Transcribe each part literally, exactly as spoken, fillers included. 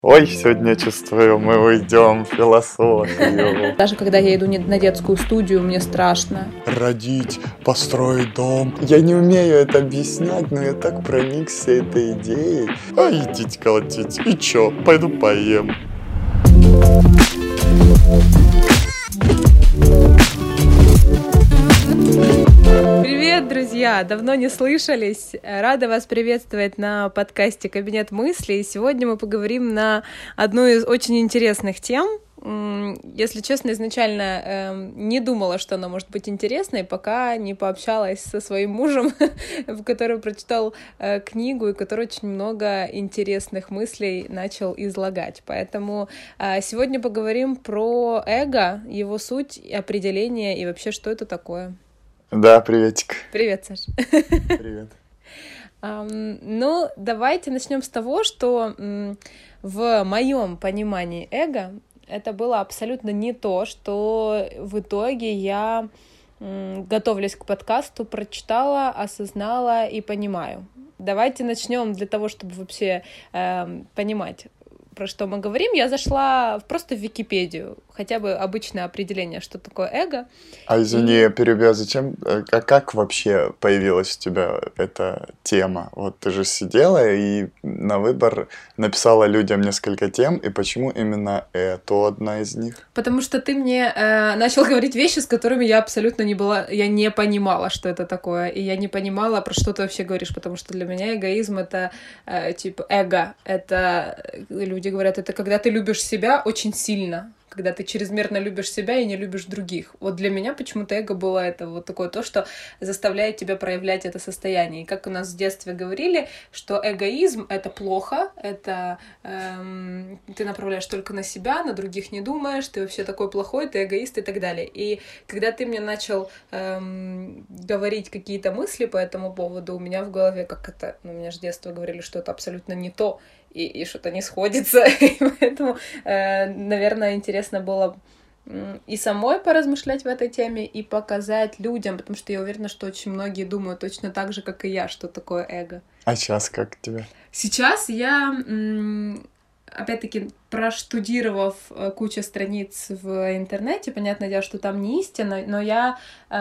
Ой, сегодня чувствую, мы уйдем в философию. Даже когда я иду не- на детскую студию, мне страшно. Родить, построить дом. Я не умею это объяснять, но я так проникся этой идеей. А идите колотить. И чё, пойду поем. Привет, друзья! Давно не слышались. Рада вас приветствовать на подкасте «Кабинет мыслей». Сегодня мы поговорим на одну из очень интересных тем. Если честно, изначально э, не думала, что она может быть интересной, пока не пообщалась со своим мужем, который прочитал э, книгу и который очень много интересных мыслей начал излагать. Поэтому э, сегодня поговорим про эго, его суть, определение и вообще, что это такое. Да, приветик. Привет, Саш. Привет. Um, ну, давайте начнем с того, что м, в моем понимании эго это было абсолютно не то, что в итоге я, м, готовясь к подкасту, прочитала, осознала и понимаю. Давайте начнем для того, чтобы вообще э, понимать, про что мы говорим. Я зашла просто в Википедию, хотя бы обычное определение, что такое эго. А извини, и... перебью, зачем, а как вообще появилась у тебя эта тема? Вот ты же сидела и на выбор написала людям несколько тем, и почему именно это одна из них? Потому что ты мне э, начал говорить вещи, с которыми я абсолютно не была, я не понимала, что это такое, и я не понимала, про что ты вообще говоришь, потому что для меня эгоизм — это э, типа эго, это люди говорят, это когда ты любишь себя очень сильно, когда ты чрезмерно любишь себя и не любишь других. Вот для меня почему-то эго было это вот такое то, что заставляет тебя проявлять это состояние. И как у нас в детстве говорили, что эгоизм — это плохо, это эм, ты направляешь только на себя, на других не думаешь, ты вообще такой плохой, ты эгоист и так далее. И когда ты мне начал эм, говорить какие-то мысли по этому поводу, у меня в голове как это, ну, мне же с детства говорили, что это абсолютно не то, и, и что-то не сходится, и поэтому, э, наверное, интересно было и самой поразмышлять в этой теме, и показать людям, потому что я уверена, что очень многие думают точно так же, как и я, что такое эго. А сейчас как тебе? Сейчас я, опять-таки, проштудировав кучу страниц в интернете, понятное дело, что там не истина, но я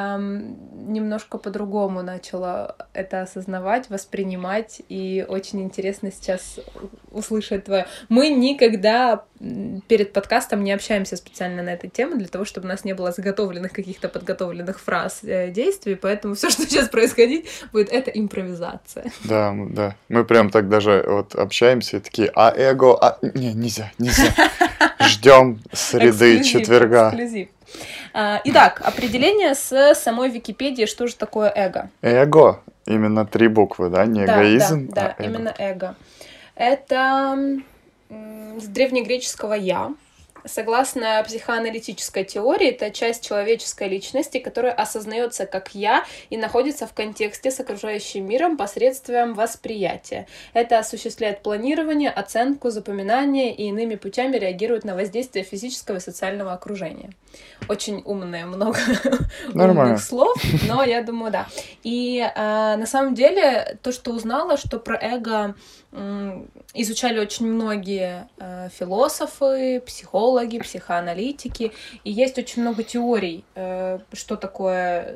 эм, немножко по-другому начала это осознавать, воспринимать, и очень интересно сейчас услышать твое. Мы никогда перед подкастом не общаемся специально на эту тему, для того, чтобы у нас не было заготовленных каких-то подготовленных фраз, э, действий, поэтому все, что сейчас происходит, будет это импровизация. Да, да. Мы прям так даже вот общаемся и такие, а эго, а... Не, нельзя, нельзя. Ждем среды, эксклюзив, четверга. Эксклюзив. Итак, определение с самой Википедии, что же такое эго? Эго, именно три буквы, да, не да, эгоизм, да, да, а эго. Именно эго. Это с древнегреческого «я». Согласно психоаналитической теории, это часть человеческой личности, которая осознается как «я» и находится в контексте с окружающим миром посредством восприятия. Это осуществляет планирование, оценку, запоминание и иными путями реагирует на воздействие физического и социального окружения. Очень умные, много умных слов, но я думаю, да. И а, на самом деле то, что узнала, что про эго изучали очень многие э, философы, психологи, психоаналитики, и есть очень много теорий, э, что такое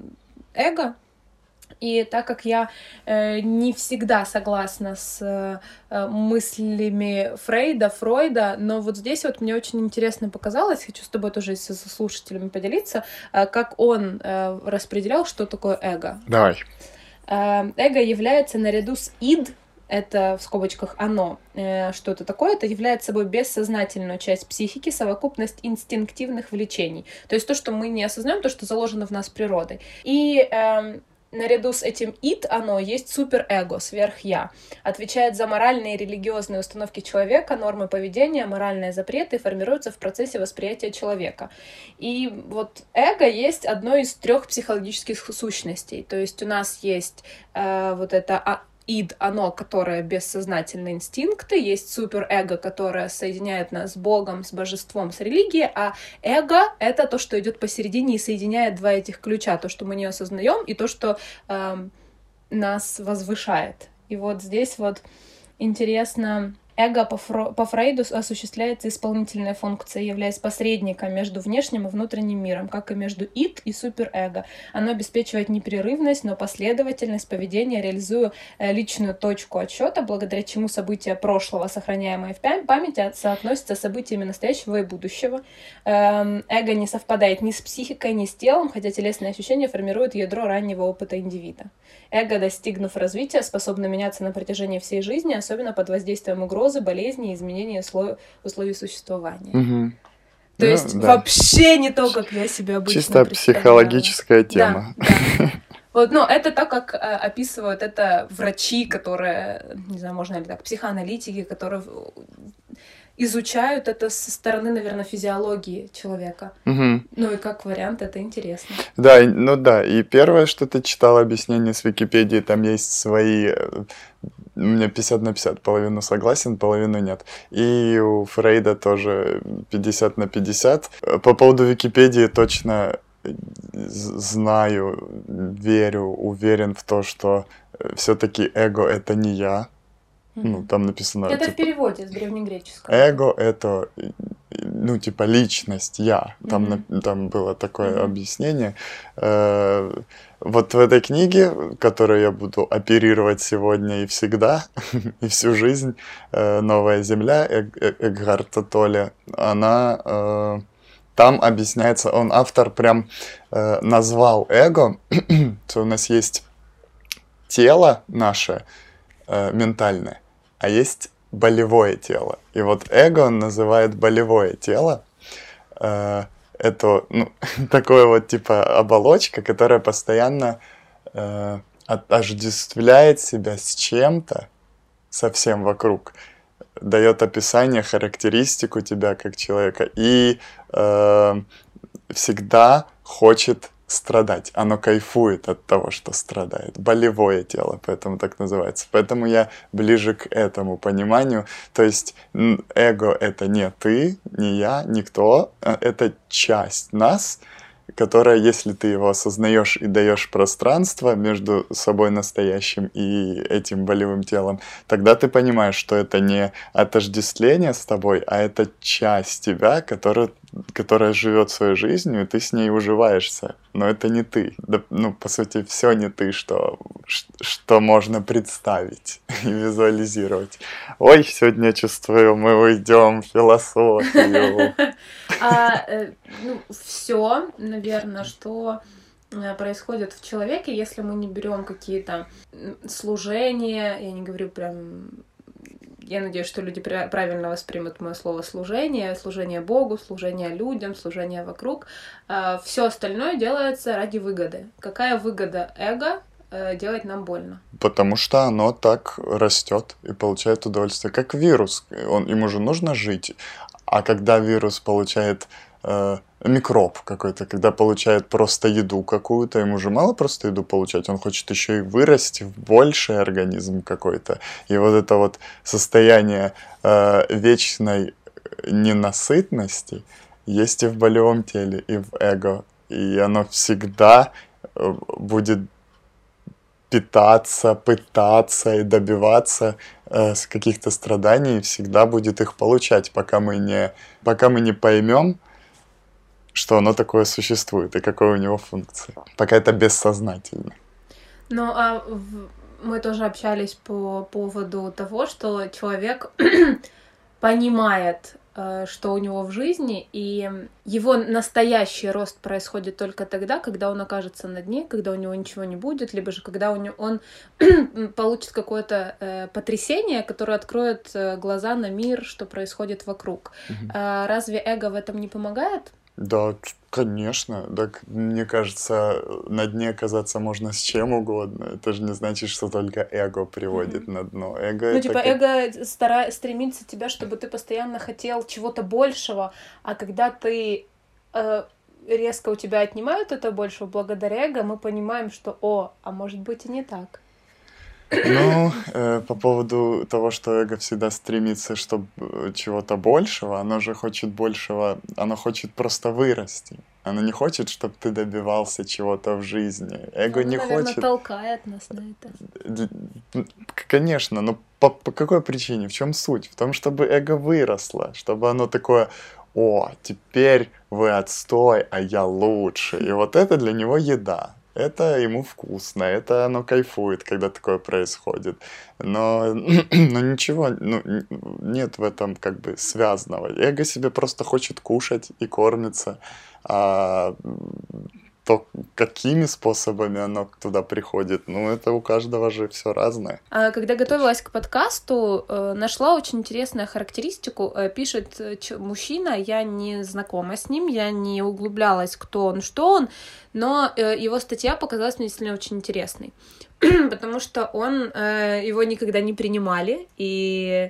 эго. И так как я э, не всегда согласна с э, мыслями Фрейда, Фройда, но вот здесь вот мне очень интересно показалось, хочу с тобой тоже со слушателями поделиться, э, как он э, распределял, что такое эго. Давай. Э, эго является наряду с ид, это в скобочках «оно», э, что это такое, это является собой бессознательную часть психики, совокупность инстинктивных влечений. То есть то, что мы не осознаем, то, что заложено в нас природой. И э, наряду с этим «ид», «оно», есть суперэго, сверх-я. Отвечает за моральные и религиозные установки человека, нормы поведения, моральные запреты формируются в процессе восприятия человека. И вот эго есть одной из трех психологических сущностей. То есть у нас есть э, вот это ид, оно, которое бессознательные инстинкты, есть суперэго, которое соединяет нас с Богом, с божеством, с религией, а эго — это то, что идет посередине и соединяет два этих ключа, то, что мы не осознаем, и то, что э, нас возвышает. И вот здесь вот интересно Эго по, Фро... по Фрейду осуществляется исполнительная функция, являясь посредником между внешним и внутренним миром, как и между ид и суперэго. Оно обеспечивает непрерывность, но последовательность поведения, реализуя личную точку отсчета, благодаря чему события прошлого, сохраняемые в памяти, соотносятся с событиями настоящего и будущего. Эго не совпадает ни с психикой, ни с телом, хотя телесные ощущения формируют ядро раннего опыта индивида. Эго, достигнув развития, способно меняться на протяжении всей жизни, особенно под воздействием угрозы, болезней и изменения условий, условий существования. Угу. То Ну, есть да. вообще не то, как я себе обычно Чисто представляла. психологическая тема. Да, да. Вот, ну, это так, как э, описывают это врачи, которые, не знаю, можно ли так, психоаналитики, которые изучают это со стороны, наверное, физиологии человека. Угу. Ну и как вариант, это интересно. Да, и- ну да, и первое, что ты читал объяснение с Википедии, там есть свои, э, у меня пятьдесят на пятьдесят, половину согласен, половину нет. И у Фрейда тоже пятьдесят на пятьдесят. Э, По поводу Википедии точно э, з- знаю, верю, уверен в то, что все-таки эго — это не я. Ну, Мгм. там написано, Это в типа, переводе с древнегреческого. эго — это, э, ну, типа, личность, я. Там, Мгм. на- там было такое Мгм. объяснение. Э, Вот в этой книге, которую я буду оперировать сегодня и всегда, и всю жизнь, э, «Новая земля» Эг- Э- Экхарта Толле, она... э, Там объясняется, он, автор, прям э, назвал эго, что у нас есть тело наше э, ментальное, а есть болевое тело. И вот эго он называет болевое тело. Э, это, ну, такое вот типа оболочка, которая постоянно э, отождествляет себя с чем-то, со всем вокруг, дает описание, характеристику тебя как человека и э, всегда хочет страдать. Оно кайфует от того, что страдает. Болевое тело, поэтому так называется. Поэтому я ближе к этому пониманию. То есть м, эго — это не ты, не я, никто. а Это часть нас, которая, если ты его осознаешь и даешь пространство между собой настоящим и этим болевым телом, тогда ты понимаешь, что это не отождествление с тобой, а это часть тебя, которая, которая живет своей жизнью, и ты с ней уживаешься. Но это не ты. Да, ну, по сути, все не ты, что, ш- что можно представить и визуализировать. Ой, сегодня чувствую, мы уйдем в философию. А, э, ну, все, наверное, что э, происходит в человеке, если мы не берем какие-то м, служения, я не говорю прям, я надеюсь, что люди пра- правильно воспримут мое слово служение, служение Богу, служение людям, служение вокруг. Все остальное делается ради выгоды. Какая выгода эго э, делать нам больно? Потому что оно так растет и получает удовольствие, как вирус. Он, ему же нужно жить. А когда вирус получает э, микроб какой-то, когда получает просто еду какую-то, ему же мало просто еду получать, он хочет еще и вырасти в больший организм какой-то. И вот это вот состояние э, вечной ненасытности есть и в болевом теле, и в эго. И оно всегда э, будет питаться, пытаться и добиваться э, с каких-то страданий, и всегда будет их получать, пока мы не, пока мы не поймем, что оно такое существует и какая у него функция. Пока это бессознательно. Ну, а в- мы тоже общались по поводу того, что человек понимает, э, что у него в жизни, и его настоящий рост происходит только тогда, когда он окажется на дне, когда у него ничего не будет, либо же когда у него, он получит какое-то э, потрясение, которое откроет э, глаза на мир, что происходит вокруг. Мгм. А разве эго в этом не помогает? Да, т- конечно. Так, мне кажется, на дне оказаться можно с чем угодно. Это же не значит, что только эго приводит Мгм. на дно. Эго Ну, это типа, как... эго стара... стремится тебя, чтобы ты постоянно хотел чего-то большего, а когда ты э, резко у тебя отнимают это большего благодаря эго, мы понимаем, что, о, а может быть и не так. Ну, э, по поводу того, что эго всегда стремится, чтобы чего-то большего, оно же хочет большего, оно хочет просто вырасти. Оно не хочет, чтобы ты добивался чего-то в жизни. Эго Оно, не наверное, хочет... толкает нас на это. Д- Конечно, но по, по какой причине? В чем суть? В том, чтобы эго выросло, чтобы оно такое: о, теперь вы отстой, а я лучше. И вот это для него еда. Это ему вкусно, это оно кайфует, когда такое происходит. Но, но ничего, ну, н- нет в этом как бы связанного. Эго себе просто хочет кушать и кормиться. А то, какими способами оно туда приходит, ну, это у каждого же все разное. А когда готовилась к подкасту, э, нашла очень интересную характеристику. Э, Пишет э, ч- мужчина, я не знакома с ним, я не углублялась, кто он, что он, но э, его статья показалась мне действительно очень интересной, потому что он, э, его никогда не принимали, и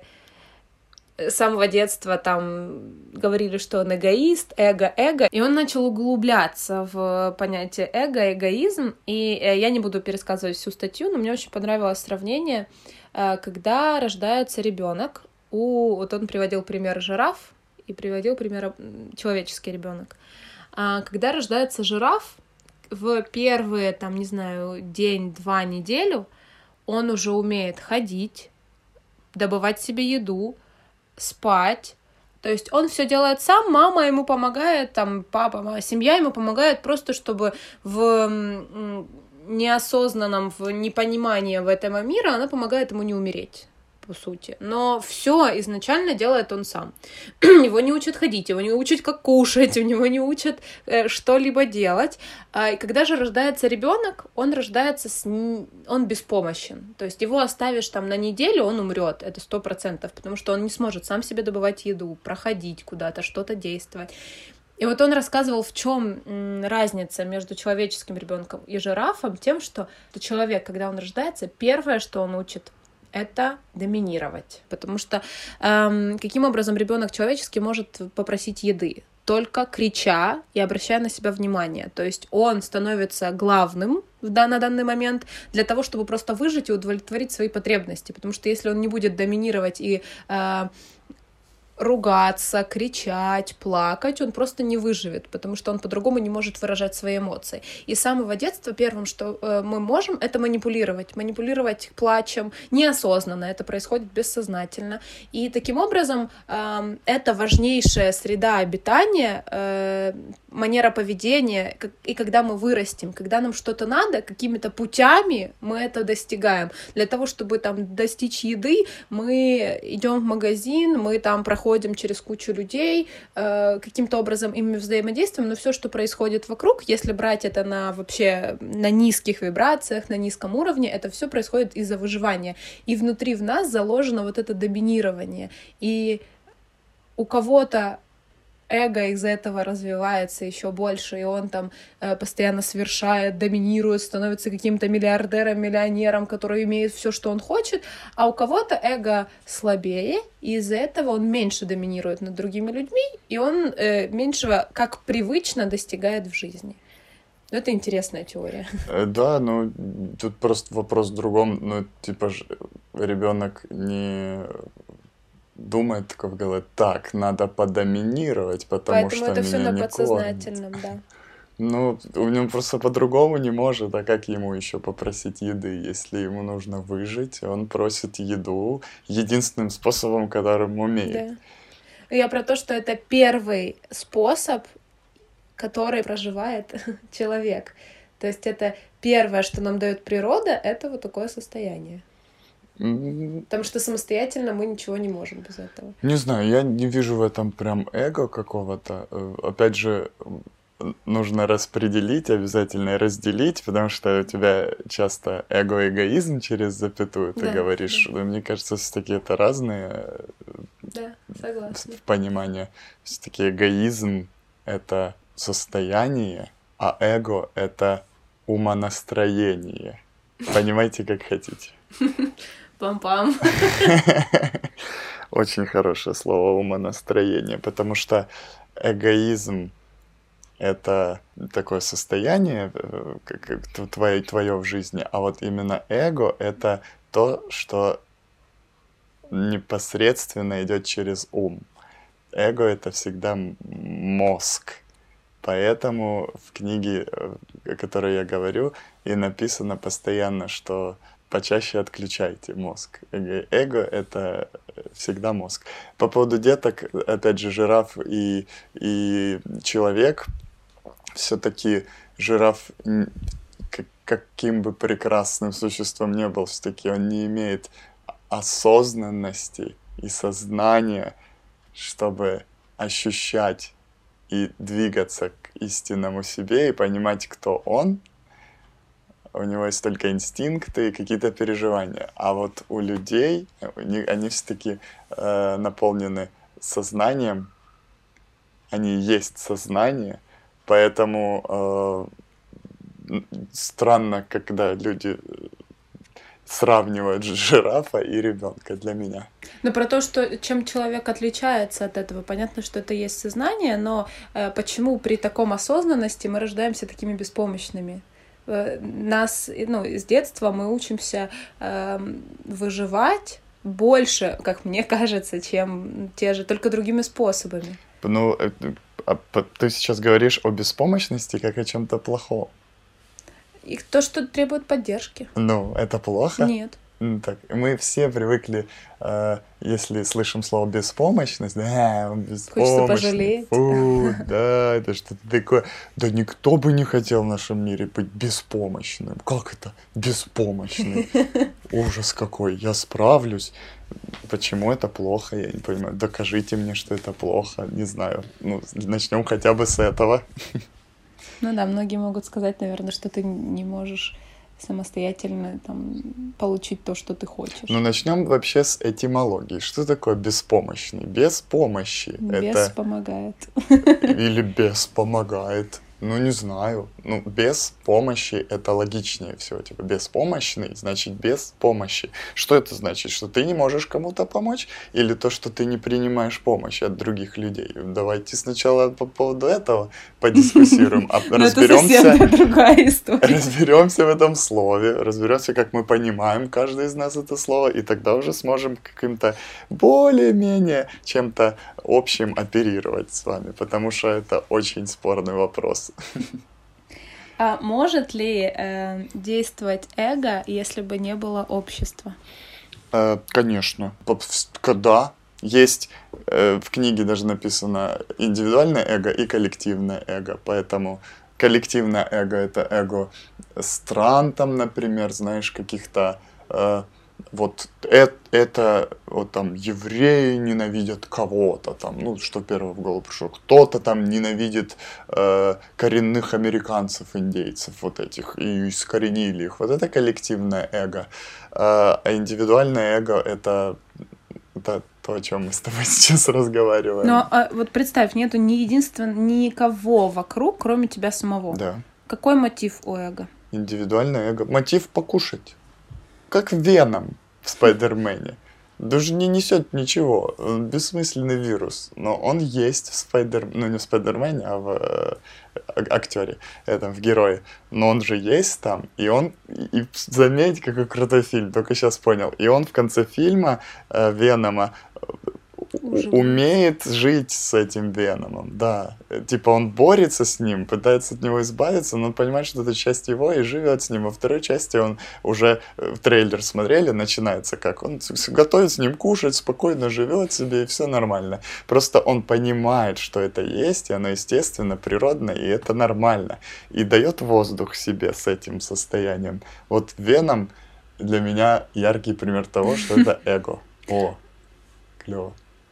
с самого детства там говорили, что он эгоист, эго, эго, и он начал углубляться в понятие эго, эгоизм, и э, я не буду пересказывать всю статью, но мне очень понравилось сравнение, э, когда рождается ребенок, у, вот он приводил пример жираф и приводил пример м, человеческий ребенок. А когда рождается жираф, в первые, там, не знаю, день, два, неделю он уже умеет ходить, добывать себе еду, спать. То есть он все делает сам, мама ему помогает, там папа, мама, семья ему помогает просто, чтобы в м, неосознанном, в непонимании в этого мира она помогает ему не умереть, по сути. Но все изначально делает он сам. Его не учат ходить, его не учат, как кушать, у него не учат э, что-либо делать. А, и когда же рождается ребенок, он рождается с... н- он беспомощен. То есть его оставишь там на неделю, он умрет, это сто процентов, потому что он не сможет сам себе добывать еду, проходить куда-то, что-то действовать. И вот он рассказывал, в чем разница между человеческим ребенком и жирафом, тем, что человек, когда он рождается, первое, что он учит, это доминировать. Потому что эм, каким образом ребенок человеческий может попросить еды? Только крича и обращая на себя внимание. То есть он становится главным в дан- на данный момент для того, чтобы просто выжить и удовлетворить свои потребности. Потому что если он не будет доминировать и э, ругаться, кричать, плакать, он просто не выживет, потому что он по-другому не может выражать свои эмоции. И с самого детства первым, что э, мы можем, это манипулировать. Манипулировать плачем неосознанно, это происходит бессознательно. И таким образом э, это важнейшая среда обитания, э, манера поведения, как, и когда мы вырастем, когда нам что-то надо, какими-то путями мы это достигаем. Для того, чтобы там достичь еды, мы идем в магазин, мы там проходим ходим через кучу людей, э, каким-то образом ими взаимодействуем, но все, что происходит вокруг, если брать это на вообще на низких вибрациях, на низком уровне, это все происходит из-за выживания. И внутри в нас заложено вот это доминирование. И у кого-то эго из-за этого развивается еще больше, и он там э, постоянно совершает, доминирует, становится каким-то миллиардером, миллионером, который имеет все, что он хочет, а у кого-то эго слабее, и из-за этого он меньше доминирует над другими людьми, и он э, меньшего, как привычно, достигает в жизни. Это интересная теория. Э, Да, ну тут просто вопрос в другом. Ну, типа, ребенок не думает такой в голове: так, надо подоминировать, потому Поэтому что это все меня на не кормят. подсознательном, да. Ну, у него просто по-другому не может, а как ему еще попросить еды? Если ему нужно выжить, он просит еду единственным способом, которым умеет. Да. Я про то, что это первый способ, который проживает человек. То есть это первое, что нам дает природа, это вот такое состояние. М, Потому что самостоятельно мы ничего не можем без этого. Не знаю, я не вижу в этом прям эго какого-то. Э, Опять же, м, нужно распределить, обязательно и разделить, потому что у тебя часто эго-эгоизм через запятую, ты Да, да, говоришь. Но мне кажется, все-таки это разные э, да, в согласна. в понимании. Все-таки эгоизм — это состояние, а эго — это умонастроение. Понимаете, как хотите. Пам-пам. Очень хорошее слово умонастроение, потому что эгоизм — это такое состояние, э, как как т- твое, твое в жизни, а вот именно эго — это то, что непосредственно идет через ум. Эго — это всегда м- мозг. Поэтому в книге, о которой я говорю, и написано постоянно, что почаще отключайте мозг. Эго, эго — это всегда мозг. По поводу деток, опять же, жираф и, и человек, все-таки жираф, каким бы прекрасным существом ни был, все-таки он не имеет осознанности и сознания, чтобы ощущать и двигаться к истинному себе и понимать, кто он. У него есть только инстинкты и какие-то переживания. А вот у людей, они, они все-таки э, наполнены сознанием, они есть сознание, поэтому э, странно, когда люди сравнивают жирафа и ребенка для меня. Но про то, что чем человек отличается от этого, понятно, что это есть сознание, но э, почему при таком осознанности мы рождаемся такими беспомощными? Э, нас, ну, с детства мы учимся э, выживать больше, как мне кажется, чем те же, только другими способами. Ну, ты сейчас говоришь о беспомощности как о чем-то плохом. И то, что требует поддержки. Ну, это плохо? Нет. Так, мы все привыкли, э, если слышим слово беспомощность, да, он беспомощный. Хочется пожалеть. Фу, да, это что-то такое. Да никто бы не хотел в нашем мире быть беспомощным. Как это? Беспомощный. Ужас какой. Я справлюсь. Почему это плохо? Я не понимаю. Докажите мне, что это плохо. Не знаю. Ну, начнем хотя бы с этого. Ну да, многие могут сказать, наверное, что ты не можешь самостоятельно там получить то, что ты хочешь. Ну, начнем вообще с этимологии. Что такое беспомощный? Без помощи. Без это... помогает. Или без помогает. Ну, не знаю. Ну, без помощи это логичнее всего. Типа, беспомощный, значит, без помощи. Что это значит? Что ты не можешь кому-то помочь? Или то, что ты не принимаешь помощь от других людей? Давайте сначала по поводу этого подискуссируем. А разберемся, другая история. Разберемся в этом слове, разберемся, как мы понимаем каждый из нас это слово, и тогда уже сможем каким-то более-менее чем-то общим оперировать с вами, потому что это очень спорный вопрос. А может ли э, действовать эго, если бы не было общества? Э, конечно. Когда есть э, в книге даже написано индивидуальное эго и коллективное эго, поэтому коллективное эго — это эго стран, там, например, знаешь, каких-то э, вот это, это вот там евреи ненавидят кого-то там, ну что первое в голову пришло, кто-то там ненавидит э, коренных американцев, индейцев вот этих и искоренили их. Вот это коллективное эго, а индивидуальное эго — это это то, о чем мы с тобой сейчас разговариваем. Но а, вот представь, нету ни единственного, никого вокруг, кроме тебя самого. Да. Какой мотив у эго? Индивидуальное эго. Мотив покушать. Как Веном в Спайдермене. Даже не несет ничего. Он бессмысленный вирус. Но он есть в Спайдер... Ну, не в Спайдермене, а в э, актере, этом, в герое. Но он же есть там. И он... И заметь, какой крутой фильм. Только сейчас понял. И он в конце фильма э, Венома Уже умеет жить с этим Веномом, да. Типа он борется с ним, пытается от него избавиться, но он понимает, что это часть его, и живет с ним. Во второй части он уже, в трейлер смотрели, начинается как он готовит с ним кушать, спокойно живет себе, и все нормально. Просто он понимает, что это есть, и оно естественно, природно, и это нормально. И дает воздух себе с этим состоянием. Вот Веном для меня яркий пример того, что это эго. О, клево.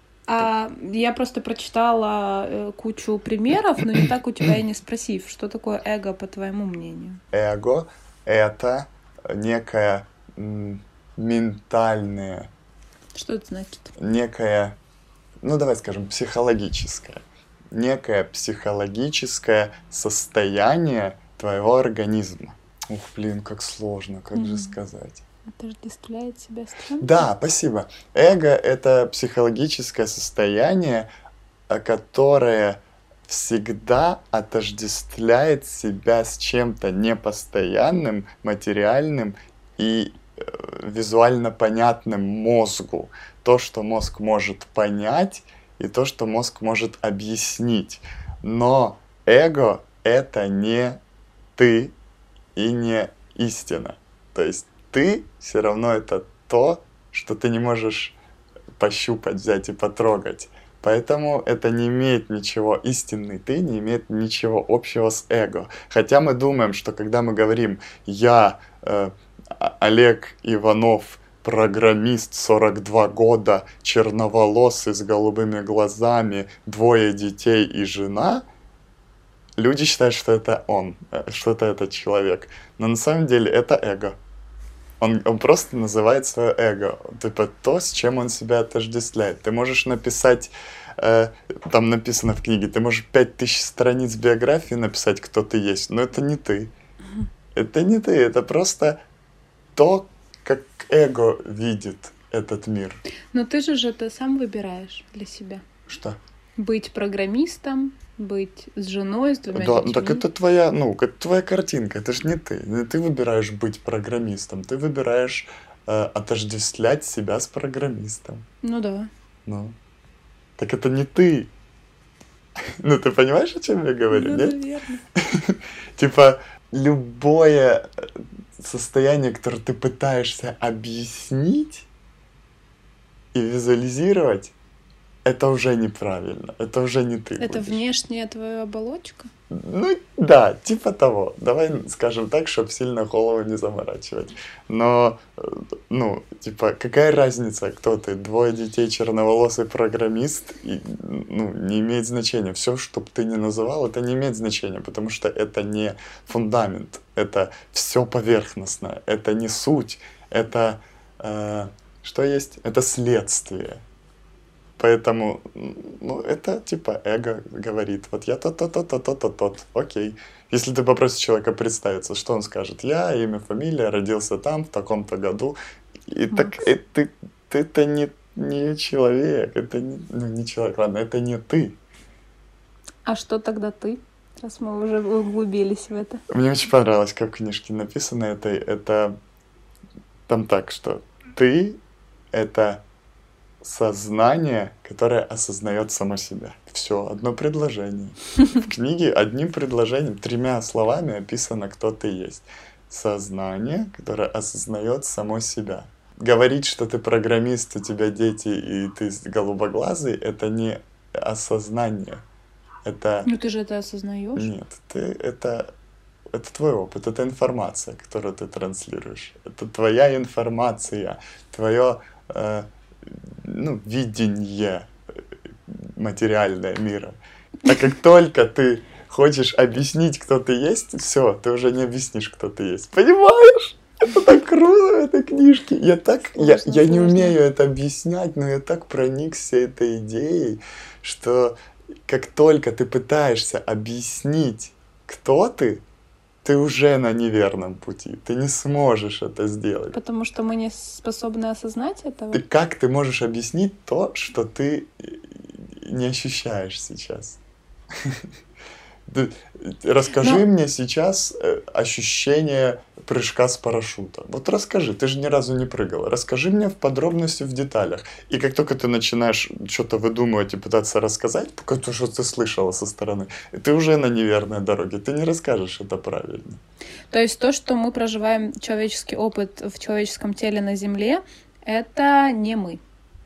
А я просто прочитала э, кучу примеров, но не так у тебя и не спросив, что такое эго, по твоему мнению? Эго — это некое м, ментальное... Что это значит? Некое, ну давай скажем, психологическое. Некое психологическое состояние твоего организма. Ух, блин, как сложно, как mm-hmm. же сказать. Отождествляет себя с чем-то? Да, спасибо. Эго — это психологическое состояние, которое всегда отождествляет себя с чем-то непостоянным, материальным и э, визуально понятным мозгу. То, что мозг может понять, и то, что мозг может объяснить. Но эго — это не ты и не истина. То есть ты все равно это то, что ты не можешь пощупать, взять и потрогать. Поэтому это не имеет ничего, истинный ты не имеет ничего общего с эго. Хотя мы думаем, что когда мы говорим «я, э, Олег Иванов, программист, сорок два года, черноволосый, с голубыми глазами, двое детей и жена», люди считают, что это он, что это этот человек. Но на самом деле это эго. Он, он просто называет свое эго. Типа то, с чем он себя отождествляет. Ты можешь написать, э, там написано в книге, ты можешь пять тысяч страниц биографии написать, кто ты есть, но это не ты. Это не ты, это просто то, как эго видит этот мир. Но ты же же это сам выбираешь для себя. Что? Быть программистом, быть с женой, с двумя Да, детьми. ну так это твоя, ну, это твоя картинка, это же не ты. Не ты выбираешь быть программистом, ты выбираешь э, отождествлять себя с программистом. Ну да. Ну, так это не ты. Ну, ты понимаешь, о чем я говорю, Ну, нет? наверное. Типа, любое состояние, которое ты пытаешься объяснить и визуализировать, это уже неправильно, это уже не ты Это будешь. внешняя твоя оболочка? Ну, да, типа того. Давай скажем так, чтобы сильно голову не заморачивать. Но, э, ну, типа, какая разница, кто ты? Двое детей, черноволосый программист? И, ну, не имеет значения. Все, что бы ты ни называл, это не имеет значения, потому что это не фундамент, это все поверхностно, это не суть, это, э, что есть? Это следствие. Поэтому, ну, это типа эго говорит, вот я тот-тот-тот-тот-тот-тот, окей. Если ты попросишь человека представиться, что он скажет? Я, имя, фамилия, родился там, в таком-то году. И так Макс. э, ты, ты, это не, не человек, это не, ну, не человек, ладно, это не ты. А что тогда ты? Раз мы уже углубились в это. Мне очень понравилось, как в книжке написано это, это там так, что ты — это сознание, которое осознает само себя. Все, одно предложение. В книге одним предложением, тремя словами описано, кто ты есть. Сознание, которое осознает само себя. Говорить, что ты программист, у тебя дети и ты голубоглазый, это не осознание. Это... Ну ты же это осознаешь. Нет, ты это... Это твой опыт, это информация, которую ты транслируешь. Это твоя информация, твое э, ну, видение материальное мира. А как только ты хочешь объяснить, кто ты есть, все, ты уже не объяснишь, кто ты есть. Понимаешь? Это так круто в этой книжке. Я так, я, Сложно, я не сложно. умею это объяснять, но я так проникся этой идеей, что как только ты пытаешься объяснить, кто ты, ты уже на неверном пути. Ты не сможешь это сделать. Потому что мы не способны осознать этого. Ты как ты можешь объяснить то, что ты не ощущаешь сейчас? Ты- Расскажи Но- мне сейчас э, ощущение прыжка с парашюта. Вот расскажи, ты же ни разу не прыгала. Расскажи мне в подробности, в деталях. И как только ты начинаешь что-то выдумывать и пытаться рассказать, то, что ты слышала со стороны, ты уже на неверной дороге. Ты не расскажешь это правильно. То есть то, что мы проживаем человеческий опыт в человеческом теле на Земле, это не мы.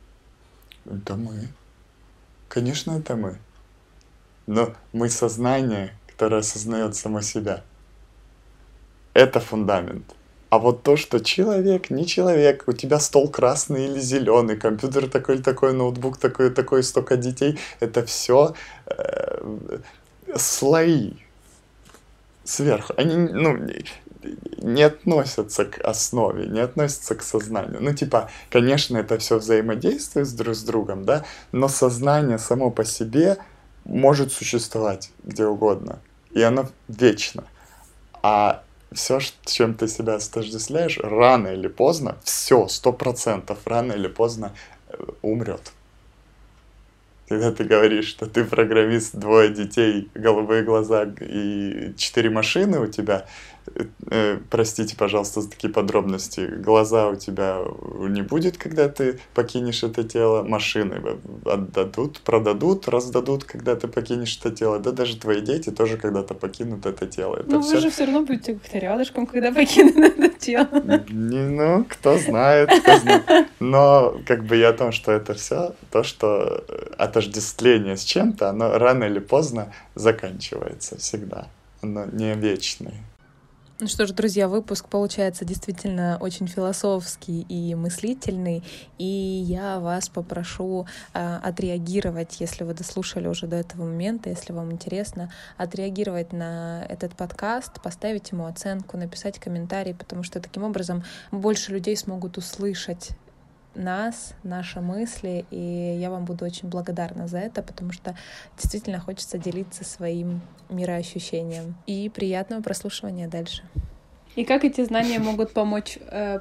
Это мы. Конечно, это мы. Но мы сознание, которое осознает само себя. Это фундамент. А вот то, что человек, не человек, у тебя стол красный или зеленый, компьютер такой или такой, ноутбук такой такой, столько детей, это все слои сверху. Они, ну, не- не относятся к основе, не относятся к сознанию. Ну, типа, конечно, это все взаимодействует с друг с другом, да, но сознание само по себе может существовать где угодно, и оно вечно. А все, чем ты себя отождествляешь, рано или поздно, все, сто процентов рано или поздно э, умрет. Когда ты говоришь, что ты программист, двое детей, голубые глаза и четыре машины у тебя, э, простите, пожалуйста, за такие подробности, глаза у тебя не будет, когда ты покинешь это тело, машины отдадут, продадут, раздадут, когда ты покинешь это тело, да даже твои дети тоже когда-то покинут это тело. Это ну все... вы же все равно будете как-то рядышком, когда покинут это тело. Не, ну, кто знает, кто знает. Но как бы и о том, что это все, то, что отождествление с чем-то, оно рано или поздно заканчивается всегда. Оно не вечное. Ну что ж, друзья, выпуск получается действительно очень философский и мыслительный, и я вас попрошу э, отреагировать, если вы дослушали уже до этого момента, если вам интересно, отреагировать на этот подкаст, поставить ему оценку, написать комментарий, потому что таким образом больше людей смогут услышать нас, наши мысли, и я вам буду очень благодарна за это, потому что действительно хочется делиться своим мироощущением. И приятного прослушивания дальше. И как эти знания могут помочь э,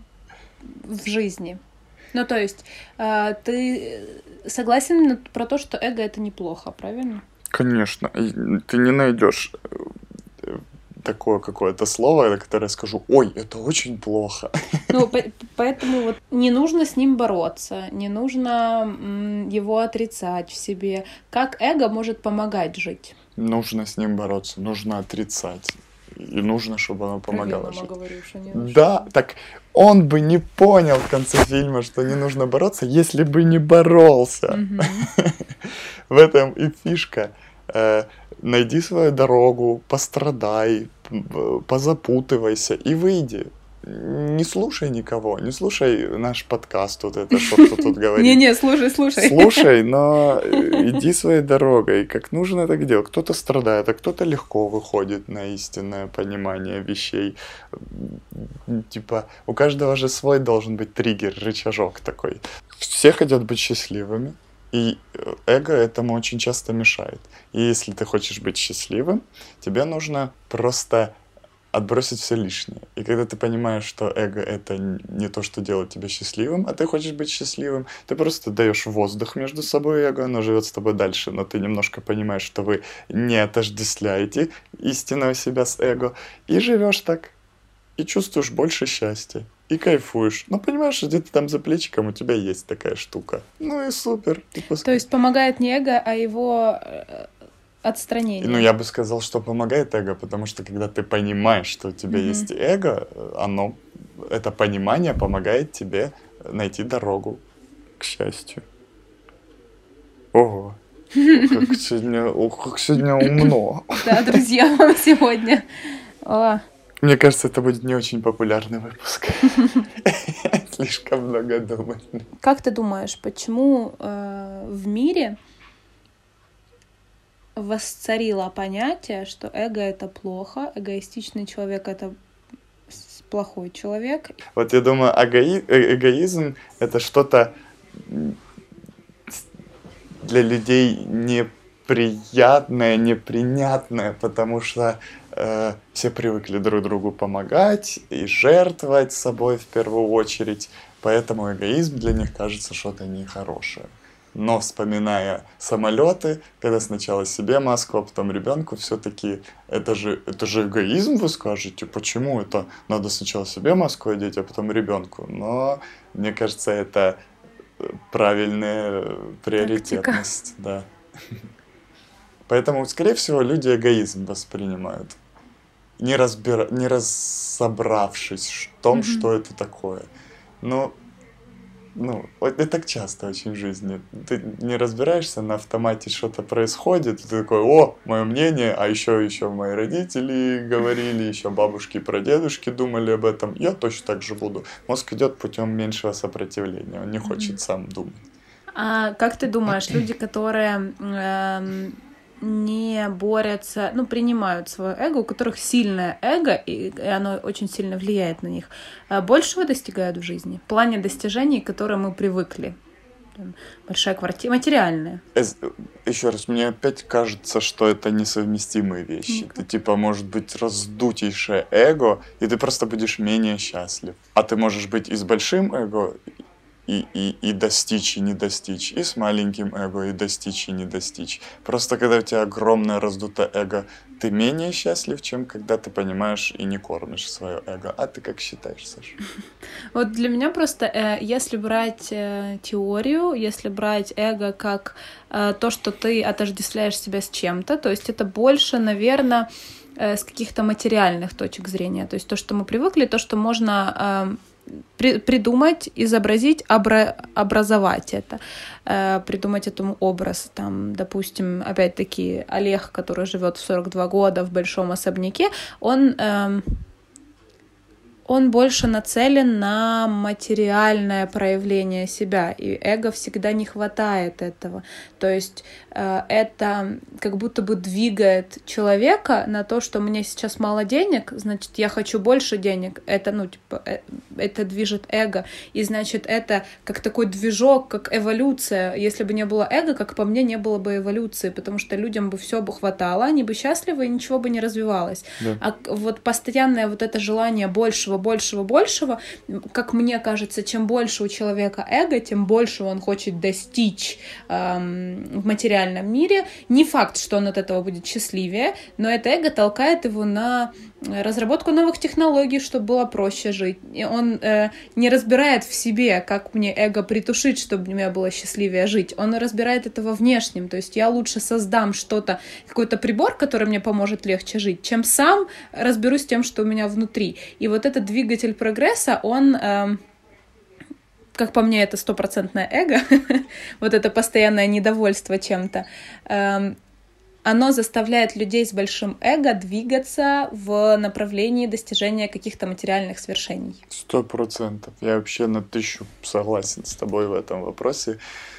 в жизни? Ну, то есть, э, ты согласен про то, что эго — это неплохо, правильно? Конечно. Ты не найдешь такое какое-то слово, которое я скажу: ой, это очень плохо. Ну, по- поэтому вот не нужно с ним бороться, не нужно м, его отрицать в себе. Как эго может помогать жить? Нужно с ним бороться, нужно отрицать. И нужно, чтобы оно помогало жить. Говорю, что не нужно. Да, так он бы не понял в конце фильма, что не нужно бороться, если бы не боролся. В этом и фишка. Найди свою дорогу, пострадай, позапутывайся и выйди. Не слушай никого, не слушай наш подкаст, вот это, что кто тут говорит. Не-не, слушай, слушай. Слушай, но иди своей дорогой, как нужно так делать. Кто-то страдает, а кто-то легко выходит на истинное понимание вещей. Типа, у каждого же свой должен быть триггер, рычажок такой. Все хотят быть счастливыми, и эго этому очень часто мешает. И если ты хочешь быть счастливым, тебе нужно просто отбросить все лишнее. И когда ты понимаешь, что эго — это не то, что делает тебя счастливым, а ты хочешь быть счастливым, ты просто даешь воздух между собой и эго, оно живет с тобой дальше, но ты немножко понимаешь, что вы не отождествляете истинного себя с эго, и живешь так, и чувствуешь больше счастья, и кайфуешь. Но понимаешь, что где-то там за плечиком у тебя есть такая штука. Ну и супер. И пускай... То есть помогает не эго, а его отстранение. Ну, я бы сказал, что помогает эго, потому что когда ты понимаешь, что у тебя mm-hmm. есть эго, оно, это понимание помогает тебе найти дорогу к счастью. Ого, как сегодня, как сегодня умно. Да, друзья, вам сегодня. Мне кажется, это будет не очень популярный выпуск. Слишком много думать. Как ты думаешь, почему э, в мире восцарило понятие, что эго — это плохо, эгоистичный человек — это плохой человек? Вот я думаю, эгои... эгоизм — это что-то для людей неприятное, непринятное, потому что э, все привыкли друг другу помогать и жертвовать собой в первую очередь, поэтому эгоизм для них кажется что-то нехорошее. Но вспоминая самолеты, когда сначала себе маску, а потом ребенку, все-таки это же, это же эгоизм, вы скажете, почему это надо сначала себе маску одеть, а потом ребенку. Но мне кажется, это правильная приоритетность. Да. Поэтому, скорее всего, люди эгоизм воспринимают, не, разбира... не разобравшись в том, mm-hmm. что это такое. Но Ну, это так часто очень в жизни. Ты не разбираешься, на автомате что-то происходит, и ты такой: о, мое мнение, а еще, еще мои родители говорили, еще бабушки и прадедушки думали об этом, я точно так же буду. Мозг идет путем меньшего сопротивления, он не хочет mm-hmm. сам думать. А как ты думаешь, люди, которые э, не борются, ну, принимают свое эго, у которых сильное эго, и оно очень сильно влияет на них, большего достигают в жизни? В плане достижений, к которым мы привыкли. Большая квартира, материальная. Еще раз, мне опять кажется, что это несовместимые вещи. Mm-hmm. Ты, типа, может быть раздутейшее эго, и ты просто будешь менее счастлив. А ты можешь быть и с большим эго, и, и, и достичь, и не достичь, и с маленьким эго, и достичь, и не достичь. Просто когда у тебя огромное раздутое эго, ты менее счастлив, чем когда ты понимаешь и не кормишь свое эго. А ты как считаешь, Саша? Вот для меня просто, э, если брать э, теорию, если брать эго как э, то, что ты отождествляешь себя с чем-то, то есть это больше, наверное, э, с каких-то материальных точек зрения. То есть то, что мы привыкли, то, что можно э, при, придумать, изобразить, обра, образовать это, э, придумать этому образ. Там, допустим, опять-таки Олег, который живет в сорок два года в большом особняке, он... Э, он больше нацелен на материальное проявление себя, и эго всегда не хватает этого. То есть э, это как будто бы двигает человека на то, что мне сейчас мало денег, значит, я хочу больше денег. Это, ну, типа, э, это движет эго, и, значит, это как такой движок, как эволюция. Если бы не было эго, как по мне, не было бы эволюции, потому что людям бы все бы хватало, они бы счастливы, и ничего бы не развивалось. Да. А вот постоянное вот это желание большего, большего, большего, как мне кажется, чем больше у человека эго, тем больше он хочет достичь эм, в материальном мире. Не факт, что он от этого будет счастливее, но это эго толкает его на разработку новых технологий, чтобы было проще жить. И он э, не разбирает в себе, как мне эго притушить, чтобы мне было счастливее жить. Он разбирает это во внешнем. То есть я лучше создам что-то, какой-то прибор, который мне поможет легче жить, чем сам разберусь с тем, что у меня внутри. И вот этот двигатель прогресса, он... Э, как по мне, это стопроцентное эго, вот это постоянное недовольство чем-то, э, оно заставляет людей с большим эго двигаться в направлении достижения каких-то материальных свершений. Сто процентов. Я вообще на тысячу согласен с тобой в этом вопросе.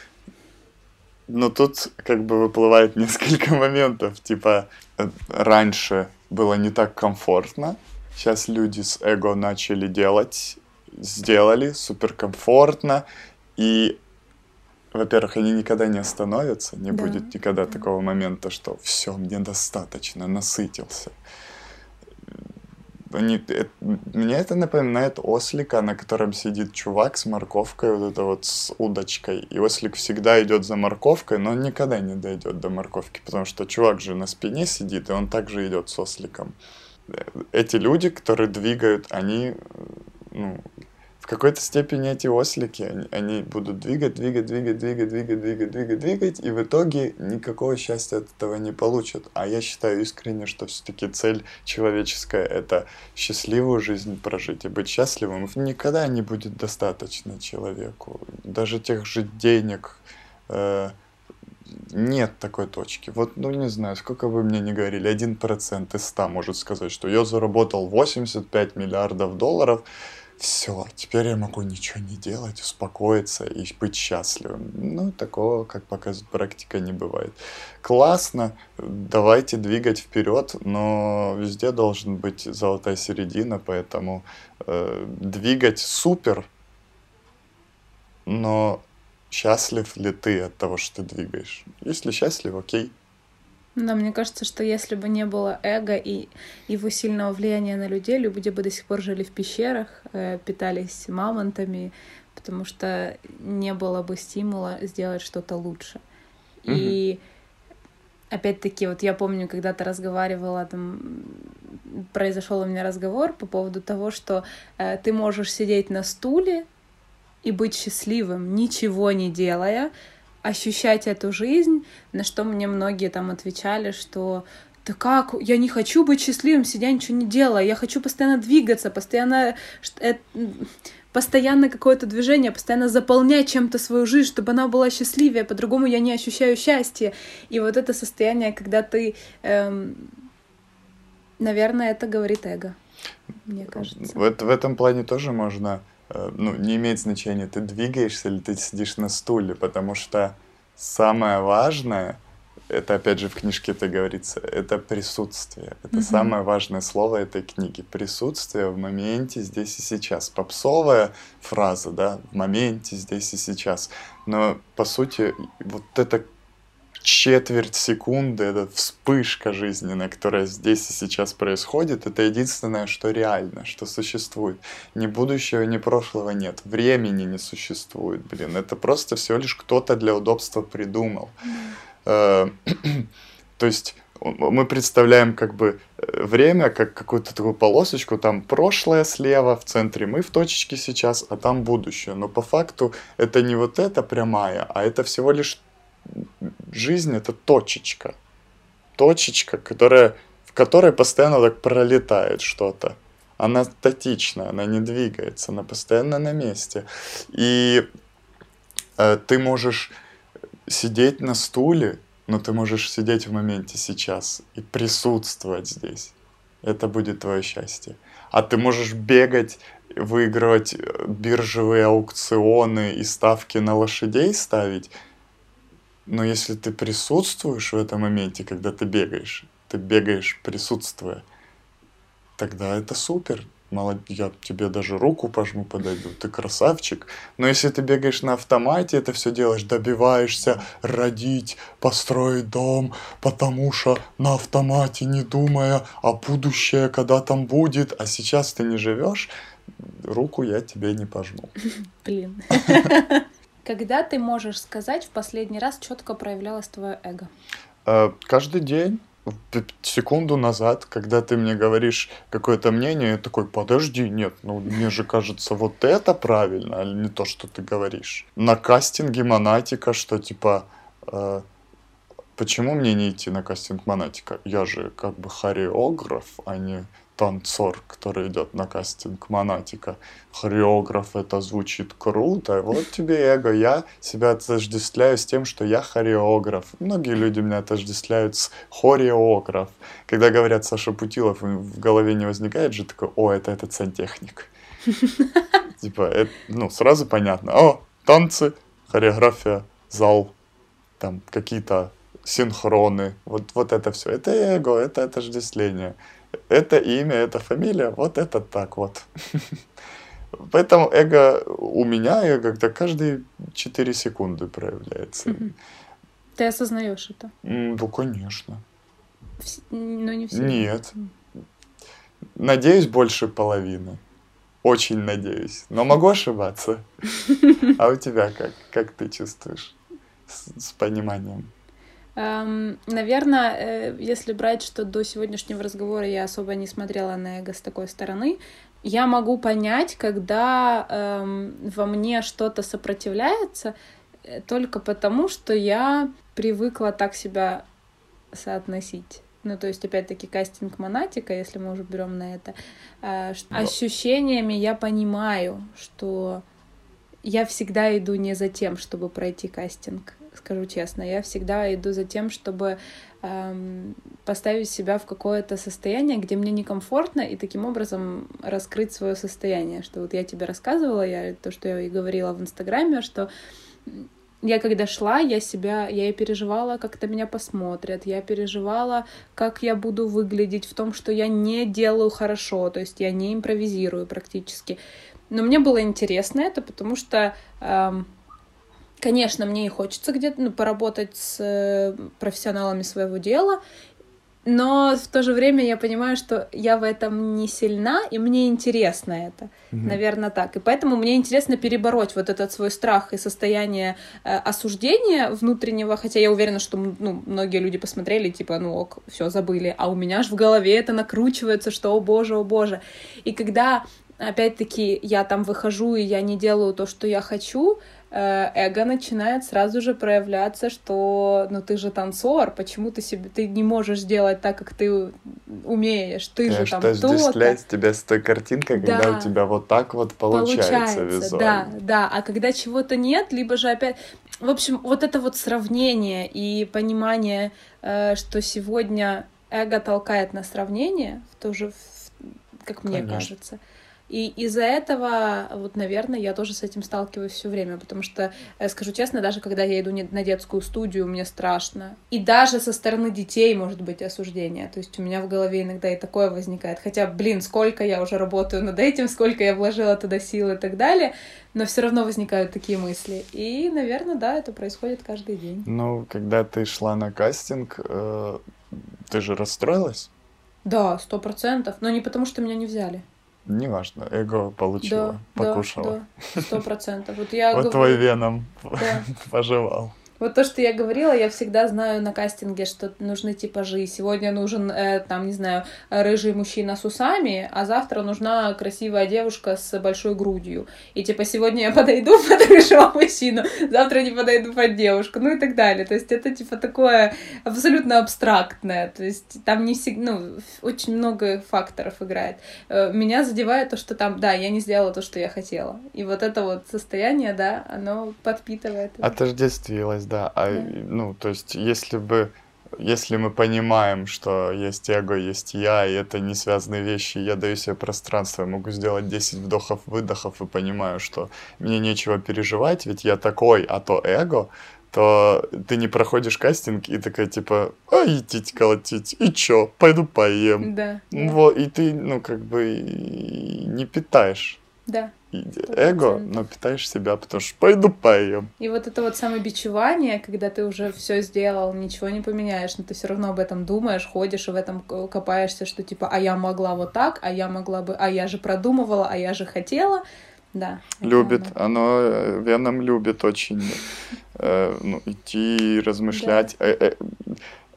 Но тут как бы выплывает несколько моментов. Типа, раньше было не так комфортно. Сейчас люди с эго начали делать, сделали суперкомфортно. И во-первых, они никогда не остановятся, не да. будет никогда да. такого момента, что все, мне достаточно, насытился. Они, это, мне это напоминает ослика, на котором сидит чувак с морковкой, вот это вот с удочкой. И ослик всегда идет за морковкой, но он никогда не дойдет до морковки, потому что чувак же на спине сидит, и он также идет с осликом. Эти люди, которые двигают, они... ну, в какой-то степени эти ослики, они, они будут двигать, двигать, двигать, двигать, двигать, двигать, двигать, двигать, и в итоге никакого счастья от этого не получат. А я считаю искренне, что все-таки цель человеческая — это счастливую жизнь прожить и быть счастливым. Никогда не будет достаточно человеку. Даже тех же денег э, нет такой точки. Вот, ну не знаю, сколько вы мне не говорили, один процент из ста может сказать, что я заработал восемьдесят пять миллиардов долларов, все, теперь я могу ничего не делать, успокоиться и быть счастливым. Ну, такого, как показывает практика, не бывает. Классно, давайте двигать вперед, но везде должен быть золотая середина, поэтому э, двигать супер, но счастлив ли ты от того, что ты двигаешь? Если счастлив, окей. Да, мне кажется, что если бы не было эго и его сильного влияния на людей, люди бы до сих пор жили в пещерах, питались мамонтами, потому что не было бы стимула сделать что-то лучше. Mm-hmm. И опять-таки, вот я помню, когда-то разговаривала, там, произошел у меня разговор по поводу того, что э, ты можешь сидеть на стуле и быть счастливым, ничего не делая, ощущать эту жизнь, на что мне многие там отвечали, что да как, я не хочу быть счастливым, сидя ничего не делая, я хочу постоянно двигаться, постоянно, постоянно какое-то движение, постоянно заполнять чем-то свою жизнь, чтобы она была счастливее, по-другому я не ощущаю счастья. И вот это состояние, когда ты, эм, наверное, это говорит эго, мне кажется. В, в этом плане тоже можно... Ну, не имеет значения, ты двигаешься или ты сидишь на стуле, потому что самое важное, это опять же в книжке это говорится, это присутствие. Это mm-hmm. самое важное слово этой книги. Присутствие в моменте, здесь и сейчас. Попсовая фраза, да, в моменте, здесь и сейчас. Но, по сути, вот это четверть секунды, это вспышка жизненная, которая здесь и сейчас происходит, это единственное, что реально, что существует. Ни будущего, ни прошлого нет. Времени не существует, блин. Это просто всего лишь кто-то для удобства придумал. То есть мы представляем как бы время, как какую-то такую полосочку, там прошлое слева, в центре мы в точечке сейчас, а там будущее. Но по факту это не вот эта прямая, а это всего лишь жизнь, это точечка. Точечка, которая, в которой постоянно так пролетает что-то. Она статична, она не двигается, она постоянно на месте. И э, ты можешь сидеть на стуле, но ты можешь сидеть в моменте сейчас и присутствовать здесь. Это будет твое счастье. А ты можешь бегать, выигрывать биржевые аукционы и ставки на лошадей ставить. Но если ты присутствуешь в этом моменте, когда ты бегаешь, ты бегаешь присутствуя, тогда это супер. Мало, я тебе даже руку пожму, подойду, ты красавчик. Но если ты бегаешь на автомате, это все делаешь, добиваешься родить, построить дом, потому что на автомате, не думая о будущее, когда там будет, а сейчас ты не живешь, руку я тебе не пожму. Блин. Когда ты можешь сказать, в последний раз четко проявлялось твое эго? Каждый день. Секунду назад, когда ты мне говоришь какое-то мнение, я такой, подожди, нет, ну мне же кажется, вот это правильно, а не то, что ты говоришь. На кастинге Монатика, что типа, э, почему мне не идти на кастинг Монатика? Я же как бы хореограф, а не танцор, который идет на кастинг Монатика. Хореограф, это звучит круто. Вот тебе эго. Я себя отождествляю с тем, что я хореограф. Многие люди меня отождествляют с хореограф. Когда говорят Саша Путилов, в голове не возникает же такой, о, это этот сантехник. Типа, ну, сразу понятно. О, танцы, хореография, зал, там какие-то синхроны. Вот, вот это все. Это эго, это отождествление. Это имя, это фамилия, вот это так вот. Поэтому эго у меня эго когда каждые четыре секунды проявляется. Угу. Ты осознаешь это? Ну, конечно. Вс... Но не все. Нет. Надеюсь, больше половины. Очень надеюсь. Но могу ошибаться. А у тебя как? Как ты чувствуешь с, с пониманием? Um, наверное, если брать, что до сегодняшнего разговора я особо не смотрела на эго с такой стороны, я могу понять, когда um, во мне что-то сопротивляется, только потому, что я привыкла так себя соотносить. Ну, то есть, опять-таки, кастинг Монатика, если мы уже берем на это, uh, ощущениями я понимаю, что я всегда иду не за тем, чтобы пройти кастинг. Скажу честно, я всегда иду за тем, чтобы эм, поставить себя в какое-то состояние, где мне некомфортно, и таким образом раскрыть свое состояние. Что вот я тебе рассказывала, я, то, что я и говорила в Инстаграме, что я когда шла, я себя, я и переживала, как это меня посмотрят, я переживала, как я буду выглядеть в том, что я не делаю хорошо, то есть я не импровизирую практически. Но мне было интересно это, потому что... Эм, Конечно, мне и хочется где-то ну, поработать с профессионалами своего дела, но в то же время я понимаю, что я в этом не сильна, и мне интересно это, mm-hmm. наверное, так. И поэтому мне интересно перебороть вот этот свой страх и состояние э, осуждения внутреннего, хотя я уверена, что ну, многие люди посмотрели, типа, ну ок, все забыли, а у меня ж в голове это накручивается, что о боже, о боже. И когда, опять-таки, я там выхожу, и я не делаю то, что я хочу, эго начинает сразу же проявляться, что ну ты же танцор, почему ты себе ты не можешь делать так, как ты умеешь, ты Конечно, же там то-то. Отождествлять тебя с той картинкой, да. когда у тебя вот так вот получается, получается визуально. Да, да, а когда чего-то нет, либо же опять... В общем, вот это вот сравнение и понимание, что сегодня эго толкает на сравнение, тоже, как мне Конечно. кажется, И из-за этого, вот, наверное, я тоже с этим сталкиваюсь все время, потому что, скажу честно, даже когда я иду на детскую студию, мне страшно. И даже со стороны детей может быть осуждение. То есть у меня в голове иногда и такое возникает. Хотя, блин, сколько я уже работаю над этим, сколько я вложила туда сил и так далее, но все равно возникают такие мысли. И, наверное, да, это происходит каждый день. Ну, когда ты шла на кастинг, э, ты же расстроилась? Да, сто процентов. Но не потому, что меня не взяли. Неважно, эго получила, да, покушала. Да, сто процентов. Вот я вот говорю... твой веном да. пожевал. Вот то, что я говорила, я всегда знаю на кастинге, что нужны типажи. Сегодня нужен, э, там, не знаю, рыжий мужчина с усами, а завтра нужна красивая девушка с большой грудью. И типа сегодня я подойду под рыжего мужчину, завтра не подойду под девушку, ну и так далее. То есть это типа такое абсолютно абстрактное. То есть там не всегда, ну, очень много факторов играет. Меня задевает то, что там, да, я не сделала то, что я хотела. И вот это вот состояние, да, оно подпитывает. Отождествилось. Да, а, да. Ну, то есть, если бы, если мы понимаем, что есть эго, есть я, и это не связанные вещи, я даю себе пространство, я могу сделать десять вдохов-выдохов и понимаю, что мне нечего переживать, ведь я такой, а то эго, то ты не проходишь кастинг и такая, типа, а идите колотить, и чё, пойду поем. Да. Вот, и ты, ну, как бы не питаешь. Да. Эго, но питаешь себя, потому что пойду поем. И вот это вот самобичевание, когда ты уже все сделал, ничего не поменяешь, но ты все равно об этом думаешь, ходишь и в этом копаешься, что типа, а я могла вот так, а я могла бы, а я же продумывала, а я же хотела. Да. Любит, это, да. Оно веном любит очень э, ну, идти, размышлять. Да. Э, э,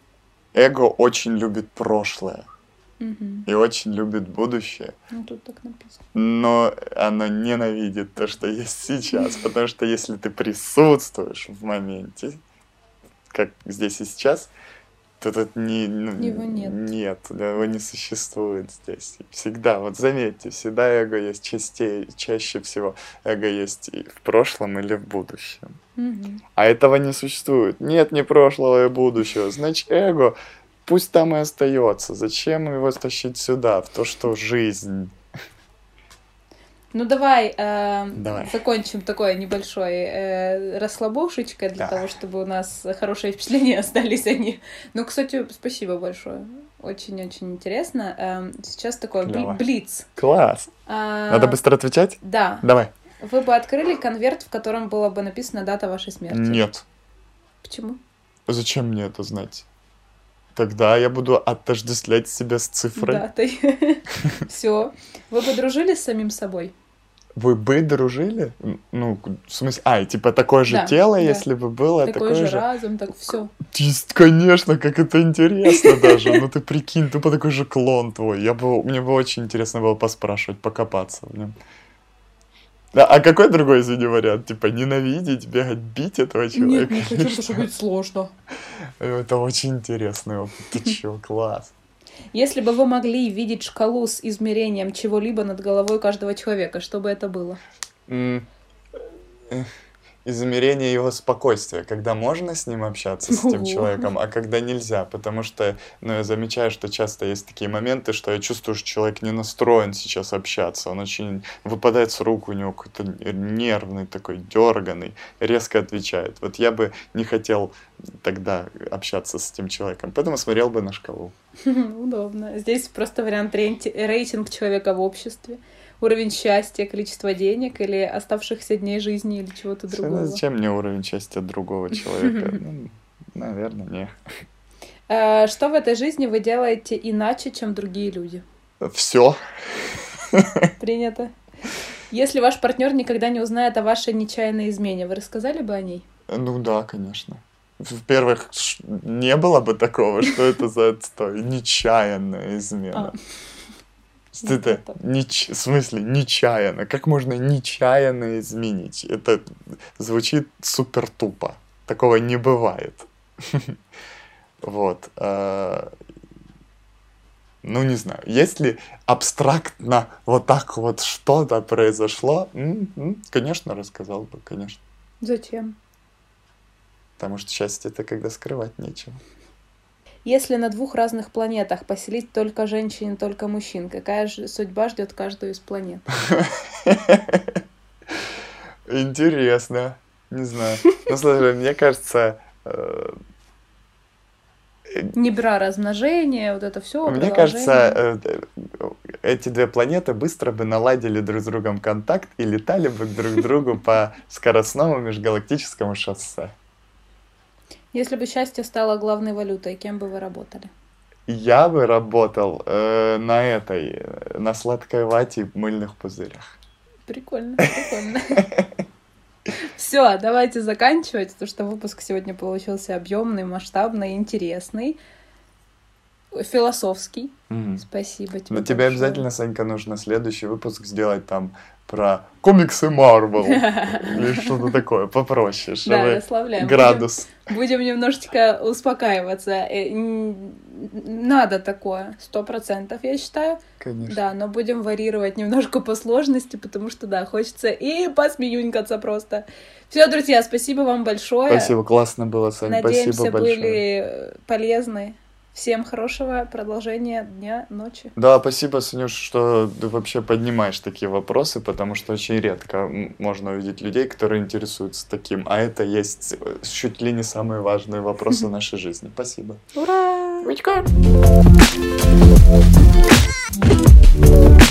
эго очень любит прошлое. Угу. И очень любит будущее. Ну, тут так написано. Но оно ненавидит то, что есть сейчас. Потому что если ты присутствуешь в моменте, как здесь и сейчас, то тут не, ну, его нет. Нет, его не существует здесь. Всегда, вот заметьте, всегда эго есть частей, чаще всего эго есть и в прошлом или в будущем. Угу. А этого не существует. Нет ни прошлого и будущего. Значит, эго... Пусть там и остается. Зачем его тащить сюда, в то, что жизнь? Ну давай, э, давай. закончим такой небольшой э, расслабушечкой для да. того, чтобы у нас хорошие впечатления остались они. Ну, кстати, спасибо большое. Очень-очень интересно. Э, сейчас такой бли- блиц. Класс. А, Надо быстро отвечать? Да. Давай. Вы бы открыли конверт, в котором была бы написана дата вашей смерти? Нет. Почему? Зачем мне это знать? Тогда я буду отождествлять себя с цифрой. Датой. Все. Вы бы дружили с самим собой? Вы бы дружили? Ну, в смысле... А, типа такое же да, тело, да. если бы было такое такое же. же... разум, так все. Конечно, как это интересно даже. Ну ты прикинь, тупо такой же клон твой. Я бы... Мне бы очень интересно было поспрашивать, покопаться в нем. А, а какой другой, извини, вариант? Типа ненавидеть, бегать, бить этого человека? Нет, не хочу, потому что будет сложно. Это очень интересный опыт. Ты чё, класс. Если бы вы могли видеть шкалу с измерением чего-либо над головой каждого человека, что бы это было? Mm. Измерение его спокойствия, когда можно с ним общаться, с этим человеком, а когда нельзя, потому что, ну, я замечаю, что часто есть такие моменты, что я чувствую, что человек не настроен сейчас общаться, он очень выпадает с рук, у него какой-то нервный такой, дерганый, резко отвечает. Вот я бы не хотел тогда общаться с этим человеком, поэтому смотрел бы на шкалу. Удобно. Здесь просто вариант рейтинг человека в обществе. Уровень счастья, количество денег или оставшихся дней жизни или чего-то другого. Зачем мне уровень счастья другого человека? Ну, наверное, нет. Что в этой жизни вы делаете иначе, чем другие люди? Все. Принято. Если ваш партнер никогда не узнает о вашей нечаянной измене, вы рассказали бы о ней? Ну да, конечно. Во-первых, не было бы такого, что это за отстой. Нечаянная измена. А. Это, неч... в смысле, нечаянно. Как можно нечаянно изменить? Это звучит супер тупо. Такого не бывает. Вот. Ну, не знаю. Если абстрактно вот так вот что-то произошло, конечно, рассказал бы, конечно. Зачем? Потому что счастье — это когда скрывать нечего. Если на двух разных планетах поселить только женщин и только мужчин, какая же судьба ждет каждую из планет? Интересно. Не знаю. Ну, слушай, мне кажется... Небра размножение, вот это все. Мне кажется, эти две планеты быстро бы наладили друг с другом контакт и летали бы друг к другу по скоростному межгалактическому шоссе. Если бы счастье стало главной валютой, кем бы вы работали? Я бы работал э, на этой, на сладкой вате и мыльных пузырях. Прикольно, прикольно. Все, давайте заканчивать, потому что выпуск сегодня получился объемный, масштабный, интересный, философский. Mm-hmm. Спасибо тебе. Но тебе обязательно, Санька, нужно следующий выпуск сделать там про комиксы Марвел или что-то такое попроще, чтобы расслабляем. градус. Будем немножечко успокаиваться. Надо такое, сто процентов, я считаю. Конечно. Да, но будем варьировать немножко по сложности, потому что, да, хочется и посмеюнькаться просто. Все, друзья, спасибо вам большое. Спасибо, классно было, Сань. Надеемся, спасибо большое. были полезны. Всем хорошего продолжения дня, ночи. Да, спасибо, Санюш, что ты вообще поднимаешь такие вопросы, потому что очень редко можно увидеть людей, которые интересуются таким. А это есть чуть ли не самые важные вопросы в нашей жизни. Спасибо. Ура! Ручка!